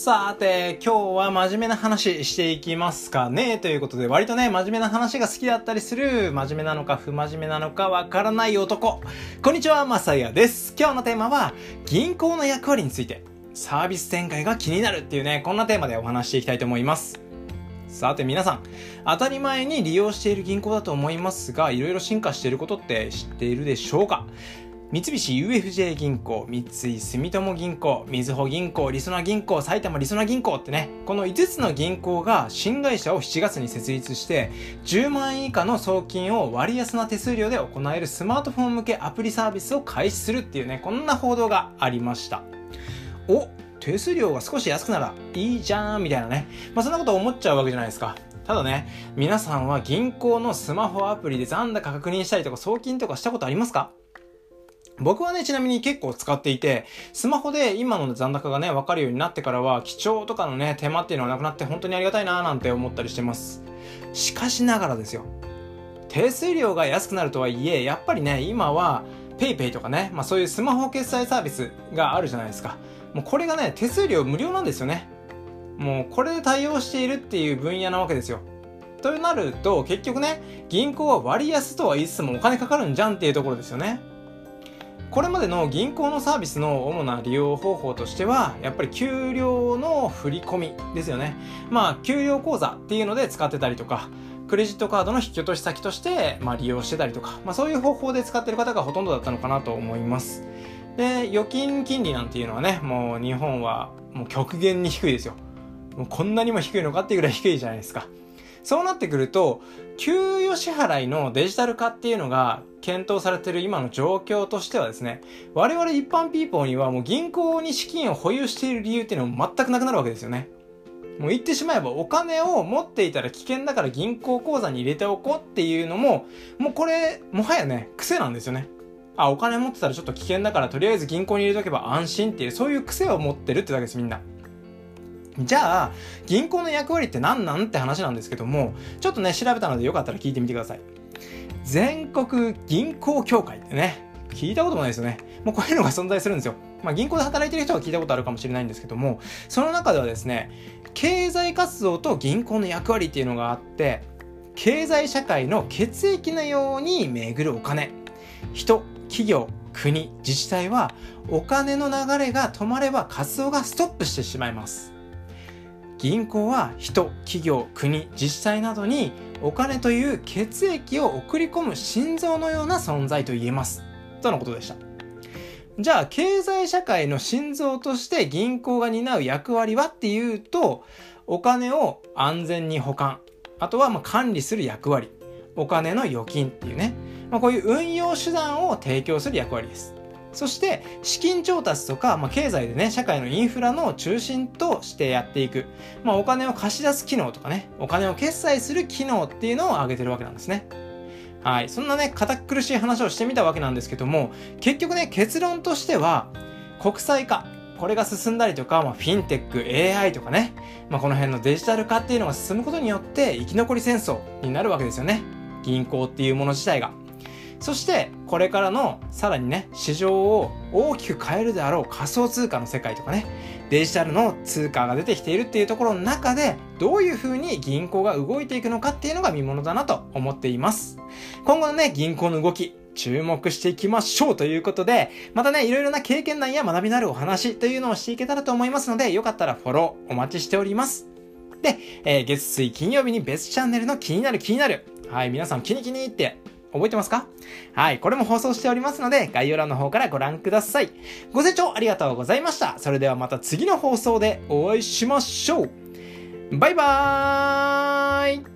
さて、今日は真面目な話していきますかねということで、割とね、真面目な話が好きだったりする、真面目なのか不真面目なのかわからない男。こんにちは、まさやです。今日のテーマは、銀行の役割について、サービス展開が気になるっていうね、こんなテーマでお話していきたいと思います。さて皆さん、当たり前に利用している銀行だと思いますが、いろいろ進化していることって知っているでしょうか？三菱 UFJ 銀行、三井住友銀行、みずほ銀行、りそな銀行、埼玉りそな銀行ってね、この5つの銀行が新会社を7月に設立して、10万円以下の送金を割安な手数料で行えるスマートフォン向けアプリサービスを開始するっていうね、こんな報道がありました。手数料が少し安くならいいじゃんみたいなね、そんなこと思っちゃうわけじゃないですか。ただね、皆さんは銀行のスマホアプリで残高確認したりとか送金とかしたことありますか？僕はね、ちなみに結構使っていて、スマホで今の残高がね、わかるようになってからは、記帳とかのね、手間っていうのがなくなって本当にありがたいなーなんて思ったりしてます。しかしながらですよ。手数料が安くなるとはいえ、やっぱりね、今は PayPay とかね、そういうスマホ決済サービスがあるじゃないですか。もうこれがね、手数料無料なんですよね。もうこれで対応しているっていう分野なわけですよ。となると、結局ね、銀行は割安とは言いつつもお金かかるんじゃんっていうところですよね。これまでの銀行のサービスの主な利用方法としては、やっぱり給料の振り込みですよね。給料口座っていうので使ってたりとか、クレジットカードの引き落とし先として、利用してたりとか、そういう方法で使ってる方がほとんどだったのかなと思います。で、預金金利なんていうのはね、もう日本はもう極限に低いですよ。もうこんなにも低いのかっていうぐらい低いじゃないですか。そうなってくると、給与支払いのデジタル化っていうのが検討されている今の状況としてはですね、我々一般ピーポーにはもう銀行に資金を保有している理由っていうのも全くなくなるわけですよね。もう言ってしまえばお金を持っていたら危険だから銀行口座に入れておこうっていうのも、もうこれ、もはやね、癖なんですよね。お金持ってたらちょっと危険だからとりあえず銀行に入れとけば安心っていう、そういう癖を持ってるってだけです、みんな。じゃあ、銀行の役割って何なんって話なんですけども、ちょっとね、調べたのでよかったら聞いてみてください。全国銀行協会ってね、聞いたこともないですよね。もうこういうのが存在するんですよ。銀行で働いてる人は聞いたことあるかもしれないんですけども、その中ではですね、経済活動と銀行の役割っていうのがあって、経済社会の血液のように巡るお金。人、企業、国、自治体はお金の流れが止まれば活動がストップしてしまいます。銀行は人、企業、国、自治体などにお金という血液を送り込む心臓のような存在と言えます。とのことでした。じゃあ、経済社会の心臓として銀行が担う役割はっていうと、お金を安全に保管、あとは管理する役割、お金の預金っていうね、こういう運用手段を提供する役割です。そして資金調達とか、経済でね、社会のインフラの中心としてやっていく、お金を貸し出す機能とかね、お金を決済する機能っていうのを挙げてるわけなんですね。はい、そんなね、堅苦しい話をしてみたわけなんですけども、結局ね、結論としては国際化、これが進んだりとか、フィンテック、AI とかね、この辺のデジタル化っていうのが進むことによって生き残り戦争になるわけですよね。銀行っていうもの自体が。そしてこれからのさらにね、市場を大きく変えるであろう仮想通貨の世界とかね、デジタルの通貨が出てきているっていうところの中で、どういう風に銀行が動いていくのかっていうのが見ものだなと思っています。今後のね、銀行の動き注目していきましょうということで、またね、いろいろな経験談や学びのあるお話というのをしていけたらと思いますので、よかったらフォローお待ちしております。で、月水金曜日に別チャンネルの気になる。はい、皆さん気にって覚えてますか？はい、これも放送しておりますので、概要欄の方からご覧ください。ご清聴ありがとうございました。それではまた次の放送でお会いしましょう。バイバーイ。